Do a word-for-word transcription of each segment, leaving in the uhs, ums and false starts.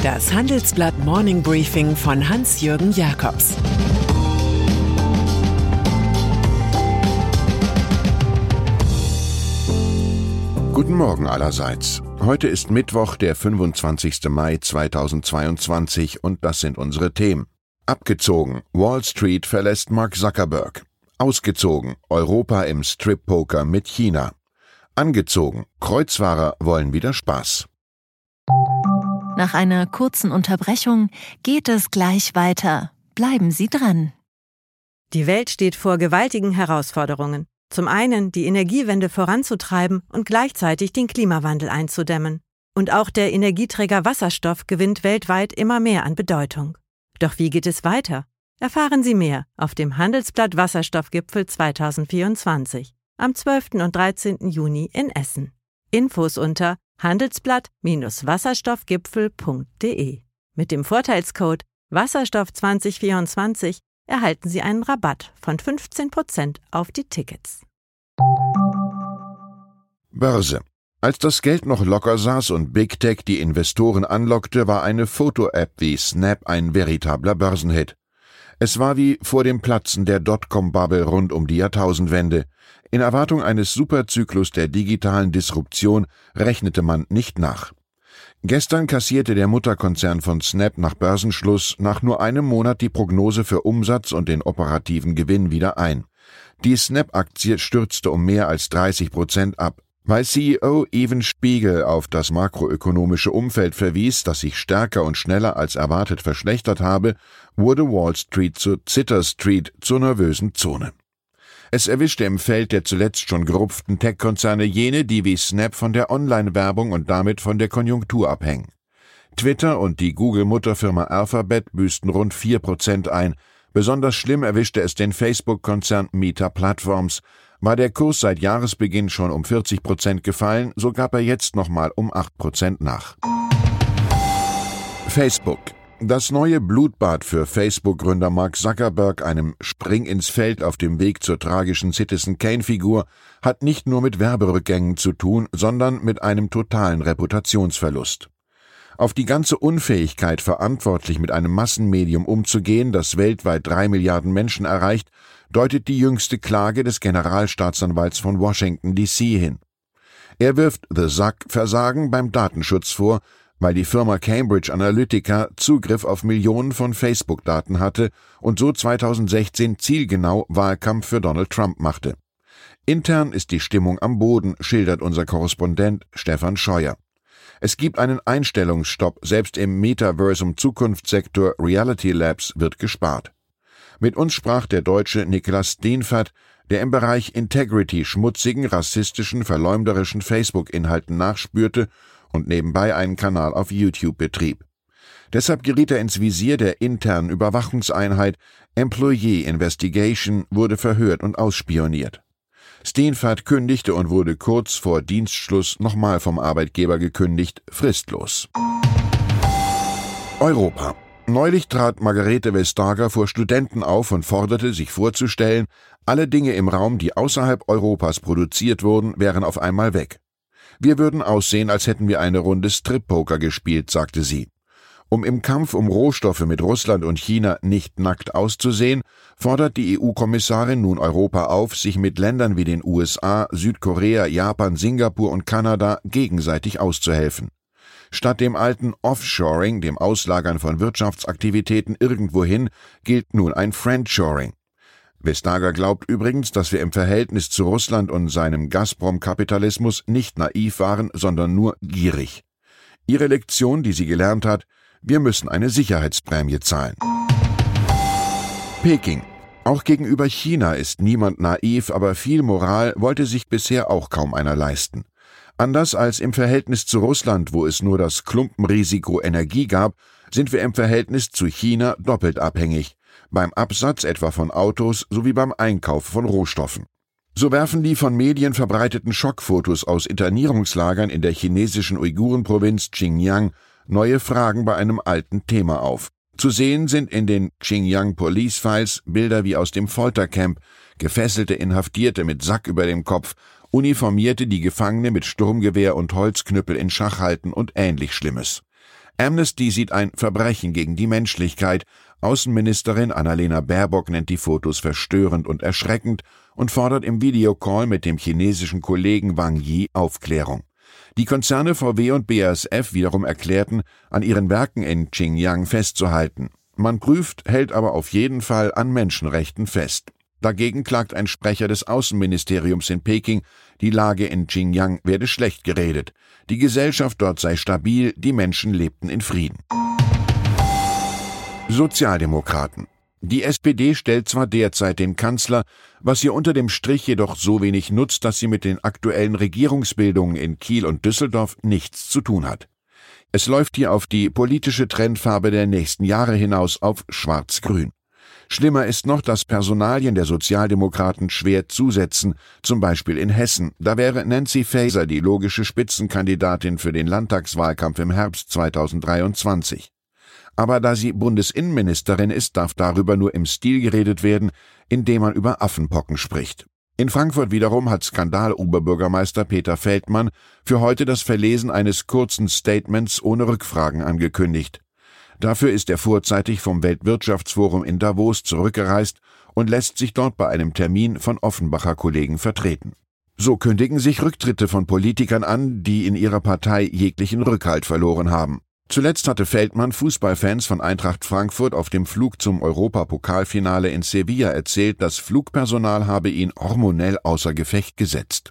Das Handelsblatt Morning Briefing von Hans-Jürgen Jakobs. Guten Morgen allerseits. Heute ist Mittwoch, der fünfundzwanzigster Mai zweitausendzweiundzwanzig und das sind unsere Themen. Abgezogen. Wall Street verlässt Mark Zuckerberg. Ausgezogen. Europa im Strip-Poker mit China. Angezogen. Kreuzfahrer wollen wieder Spaß. Nach einer kurzen Unterbrechung geht es gleich weiter. Bleiben Sie dran. Die Welt steht vor gewaltigen Herausforderungen. Zum einen die Energiewende voranzutreiben und gleichzeitig den Klimawandel einzudämmen. Und auch der Energieträger Wasserstoff gewinnt weltweit immer mehr an Bedeutung. Doch wie geht es weiter? Erfahren Sie mehr auf dem Handelsblatt Wasserstoffgipfel zweitausendvierundzwanzig am zwölften und dreizehnten Juni in Essen. Infos unter handelsblatt wasserstoffgipfel punkt de. Mit dem Vorteilscode Wasserstoff zwanzig vierundzwanzig erhalten Sie einen Rabatt von fünfzehn Prozent auf die Tickets. Börse. Als das Geld noch locker saß und Big Tech die Investoren anlockte, war eine Foto-App wie Snap ein veritabler Börsenhit. Es war wie vor dem Platzen der Dotcom-Bubble rund um die Jahrtausendwende. In Erwartung eines Superzyklus der digitalen Disruption rechnete man nicht nach. Gestern kassierte der Mutterkonzern von Snap nach Börsenschluss nach nur einem Monat die Prognose für Umsatz und den operativen Gewinn wieder ein. Die Snap-Aktie stürzte um mehr als dreißig Prozent ab. Weil C E O Evan Spiegel auf das makroökonomische Umfeld verwies, das sich stärker und schneller als erwartet verschlechtert habe, wurde Wall Street zur Zitter Street, zur nervösen Zone. Es erwischte im Feld der zuletzt schon gerupften Tech-Konzerne jene, die wie Snap von der Online-Werbung und damit von der Konjunktur abhängen. Twitter und die Google-Mutterfirma Alphabet büßten rund vier Prozent ein. Besonders schlimm erwischte es den Facebook-Konzern Meta Platforms. War der Kurs seit Jahresbeginn schon um vierzig Prozent gefallen, so gab er jetzt nochmal um acht Prozent nach. Facebook. Das neue Blutbad für Facebook-Gründer Mark Zuckerberg, einem Spring ins Feld auf dem Weg zur tragischen Citizen Kane-Figur, hat nicht nur mit Werberückgängen zu tun, sondern mit einem totalen Reputationsverlust. Auf die ganze Unfähigkeit, verantwortlich mit einem Massenmedium umzugehen, das weltweit drei Milliarden Menschen erreicht, deutet die jüngste Klage des Generalstaatsanwalts von Washington D C hin. Er wirft The Zuck Versagen beim Datenschutz vor, weil die Firma Cambridge Analytica Zugriff auf Millionen von Facebook-Daten hatte und so zweitausendsechzehn zielgenau Wahlkampf für Donald Trump machte. Intern ist die Stimmung am Boden, schildert unser Korrespondent Stefan Scheuer. Es gibt einen Einstellungsstopp, selbst im Metaversum-Zukunftssektor Reality Labs wird gespart. Mit uns sprach der Deutsche Niklas Steenfert, der im Bereich Integrity schmutzigen, rassistischen, verleumderischen Facebook-Inhalten nachspürte und nebenbei einen Kanal auf YouTube betrieb. Deshalb geriet er ins Visier der internen Überwachungseinheit. Employee Investigation wurde verhört und ausspioniert. Steenfert kündigte und wurde kurz vor Dienstschluss nochmal vom Arbeitgeber gekündigt, fristlos. Europa. Neulich trat Margrethe Vestager vor Studenten auf und forderte, sich vorzustellen, alle Dinge im Raum, die außerhalb Europas produziert wurden, wären auf einmal weg. Wir würden aussehen, als hätten wir eine Runde Strip-Poker gespielt, sagte sie. Um im Kampf um Rohstoffe mit Russland und China nicht nackt auszusehen, fordert die E U-Kommissarin nun Europa auf, sich mit Ländern wie den U S A, Südkorea, Japan, Singapur und Kanada gegenseitig auszuhelfen. Statt dem alten Offshoring, dem Auslagern von Wirtschaftsaktivitäten irgendwohin, gilt nun ein Friendshoring. Vestager glaubt übrigens, dass wir im Verhältnis zu Russland und seinem Gazprom-Kapitalismus nicht naiv waren, sondern nur gierig. Ihre Lektion, die sie gelernt hat: wir müssen eine Sicherheitsprämie zahlen. Peking. Auch gegenüber China ist niemand naiv, aber viel Moral wollte sich bisher auch kaum einer leisten. Anders als im Verhältnis zu Russland, wo es nur das Klumpenrisiko Energie gab, sind wir im Verhältnis zu China doppelt abhängig, beim Absatz etwa von Autos sowie beim Einkauf von Rohstoffen. So werfen die von Medien verbreiteten Schockfotos aus Internierungslagern in der chinesischen Uigurenprovinz Xinjiang neue Fragen bei einem alten Thema auf. Zu sehen sind in den Xinjiang Police Files Bilder wie aus dem Foltercamp, gefesselte Inhaftierte mit Sack über dem Kopf, Uniformierte, die Gefangene mit Sturmgewehr und Holzknüppel in Schach halten und ähnlich Schlimmes. Amnesty sieht ein Verbrechen gegen die Menschlichkeit. Außenministerin Annalena Baerbock nennt die Fotos verstörend und erschreckend und fordert im Videocall mit dem chinesischen Kollegen Wang Yi Aufklärung. Die Konzerne V W und B A S F wiederum erklärten, an ihren Werken in Xinjiang festzuhalten. Man prüft, hält aber auf jeden Fall an Menschenrechten fest. Dagegen klagt ein Sprecher des Außenministeriums in Peking, die Lage in Xinjiang werde schlecht geredet. Die Gesellschaft dort sei stabil, die Menschen lebten in Frieden. Sozialdemokraten. Die S P D stellt zwar derzeit den Kanzler, was ihr unter dem Strich jedoch so wenig nutzt, dass sie mit den aktuellen Regierungsbildungen in Kiel und Düsseldorf nichts zu tun hat. Es läuft hier auf die politische Trendfarbe der nächsten Jahre hinaus auf Schwarz-Grün. Schlimmer ist noch, dass Personalien der Sozialdemokraten schwer zusetzen, zum Beispiel in Hessen. Da wäre Nancy Faeser die logische Spitzenkandidatin für den Landtagswahlkampf im Herbst zweitausenddreiundzwanzig. Aber da sie Bundesinnenministerin ist, darf darüber nur im Stil geredet werden, indem man über Affenpocken spricht. In Frankfurt wiederum hat Skandal-Oberbürgermeister Peter Feldmann für heute das Verlesen eines kurzen Statements ohne Rückfragen angekündigt. Dafür ist er vorzeitig vom Weltwirtschaftsforum in Davos zurückgereist und lässt sich dort bei einem Termin von Offenbacher Kollegen vertreten. So kündigen sich Rücktritte von Politikern an, die in ihrer Partei jeglichen Rückhalt verloren haben. Zuletzt hatte Feldmann Fußballfans von Eintracht Frankfurt auf dem Flug zum Europapokalfinale in Sevilla erzählt, das Flugpersonal habe ihn hormonell außer Gefecht gesetzt.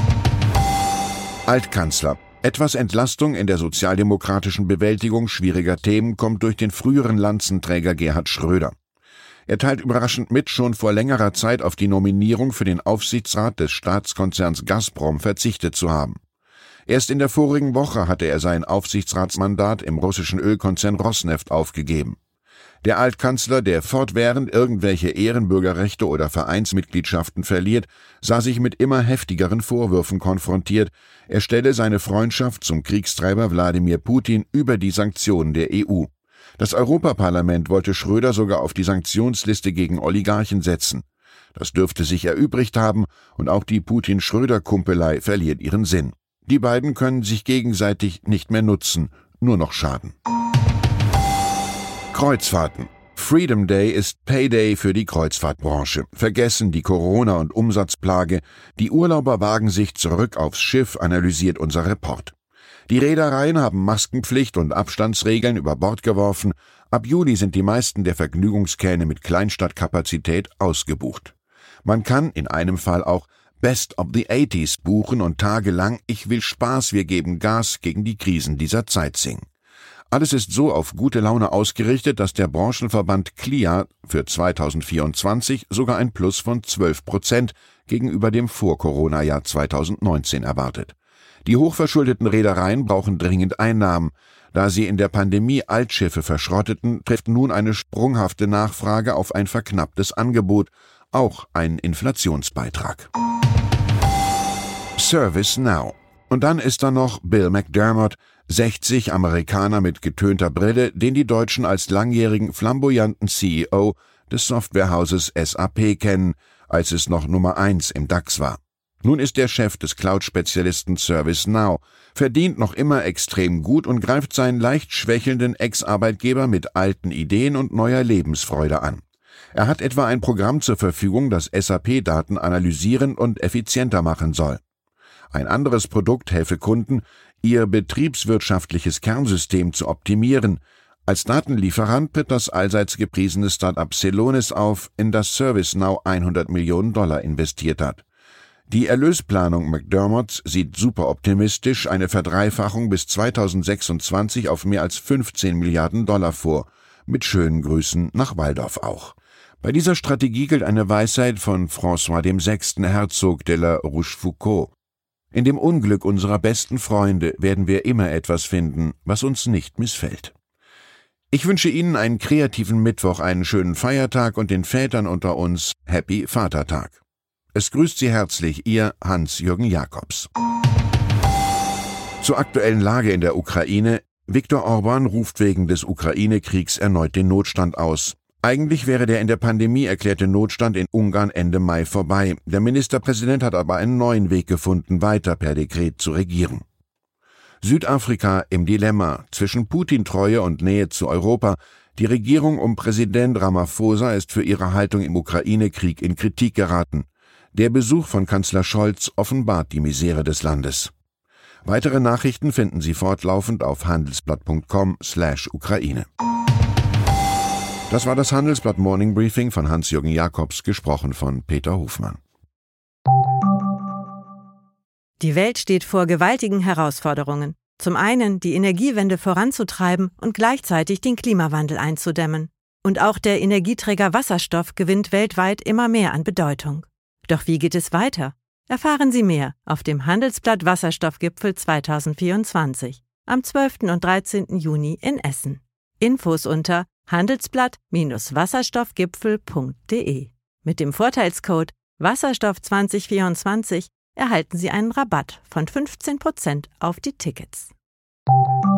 Altkanzler. Etwas Entlastung in der sozialdemokratischen Bewältigung schwieriger Themen kommt durch den früheren Lanzenträger Gerhard Schröder. Er teilt überraschend mit, schon vor längerer Zeit auf die Nominierung für den Aufsichtsrat des Staatskonzerns Gazprom verzichtet zu haben. Erst in der vorigen Woche hatte er sein Aufsichtsratsmandat im russischen Ölkonzern Rosneft aufgegeben. Der Altkanzler, der fortwährend irgendwelche Ehrenbürgerrechte oder Vereinsmitgliedschaften verliert, sah sich mit immer heftigeren Vorwürfen konfrontiert, er stelle seine Freundschaft zum Kriegstreiber Wladimir Putin über die Sanktionen der E U. Das Europaparlament wollte Schröder sogar auf die Sanktionsliste gegen Oligarchen setzen. Das dürfte sich erübrigt haben und auch die Putin-Schröder-Kumpelei verliert ihren Sinn. Die beiden können sich gegenseitig nicht mehr nutzen, nur noch schaden. Kreuzfahrten. Freedom Day ist Payday für die Kreuzfahrtbranche. Vergessen die Corona- und Umsatzplage. Die Urlauber wagen sich zurück aufs Schiff, analysiert unser Report. Die Reedereien haben Maskenpflicht und Abstandsregeln über Bord geworfen. Ab Juli sind die meisten der Vergnügungskähne mit Kleinstadtkapazität ausgebucht. Man kann in einem Fall auch Best of the eighties buchen und tagelang Ich will Spaß, wir geben Gas gegen die Krisen dieser Zeit singen. Alles ist so auf gute Laune ausgerichtet, dass der Branchenverband C L I A für zweitausendvierundzwanzig sogar ein Plus von zwölf Prozent gegenüber dem Vor-Corona-Jahr zweitausendneunzehn erwartet. Die hochverschuldeten Reedereien brauchen dringend Einnahmen. Da sie in der Pandemie Altschiffe verschrotteten, trifft nun eine sprunghafte Nachfrage auf ein verknapptes Angebot, auch ein Inflationsbeitrag. ServiceNow. Und dann ist da noch Bill McDermott, sechzig, Amerikaner mit getönter Brille, den die Deutschen als langjährigen flamboyanten C E O des Softwarehauses S A P kennen, als es noch Nummer eins im DAX war. Nun ist der Chef des Cloud-Spezialisten ServiceNow, verdient noch immer extrem gut und greift seinen leicht schwächelnden Ex-Arbeitgeber mit alten Ideen und neuer Lebensfreude an. Er hat etwa ein Programm zur Verfügung, das S A P-Daten analysieren und effizienter machen soll. Ein anderes Produkt helfe Kunden, ihr betriebswirtschaftliches Kernsystem zu optimieren. Als Datenlieferant tritt das allseits gepriesene Start-up Celonis auf, in das ServiceNow hundert Millionen Dollar investiert hat. Die Erlösplanung McDermotts sieht super optimistisch eine Verdreifachung bis zweitausendsechsundzwanzig auf mehr als fünfzehn Milliarden Dollar vor. Mit schönen Grüßen nach Waldorf auch. Bei dieser Strategie gilt eine Weisheit von François dem Sechsten, Herzog de la Rochefoucauld. In dem Unglück unserer besten Freunde werden wir immer etwas finden, was uns nicht missfällt. Ich wünsche Ihnen einen kreativen Mittwoch, einen schönen Feiertag und den Vätern unter uns Happy Vatertag. Es grüßt Sie herzlich, Ihr Hans-Jürgen Jakobs. Zur aktuellen Lage in der Ukraine. Viktor Orban ruft wegen des Ukraine-Kriegs erneut den Notstand aus. Eigentlich wäre der in der Pandemie erklärte Notstand in Ungarn Ende Mai vorbei. Der Ministerpräsident hat aber einen neuen Weg gefunden, weiter per Dekret zu regieren. Südafrika im Dilemma zwischen Putin-Treue und Nähe zu Europa. Die Regierung um Präsident Ramaphosa ist für ihre Haltung im Ukraine-Krieg in Kritik geraten. Der Besuch von Kanzler Scholz offenbart die Misere des Landes. Weitere Nachrichten finden Sie fortlaufend auf handelsblatt punkt com slash Ukraine. Das war das Handelsblatt Morning Briefing von Hans-Jürgen Jakobs, gesprochen von Peter Hofmann. Die Welt steht vor gewaltigen Herausforderungen. Zum einen die Energiewende voranzutreiben und gleichzeitig den Klimawandel einzudämmen. Und auch der Energieträger Wasserstoff gewinnt weltweit immer mehr an Bedeutung. Doch wie geht es weiter? Erfahren Sie mehr auf dem Handelsblatt Wasserstoffgipfel zweitausendvierundzwanzig am zwölften und dreizehnten Juni in Essen. Infos unter handelsblatt Bindestrich wasserstoffgipfel punkt de. Mit dem Vorteilscode Wasserstoff zwanzig vierundzwanzig erhalten Sie einen Rabatt von fünfzehn Prozent auf die Tickets.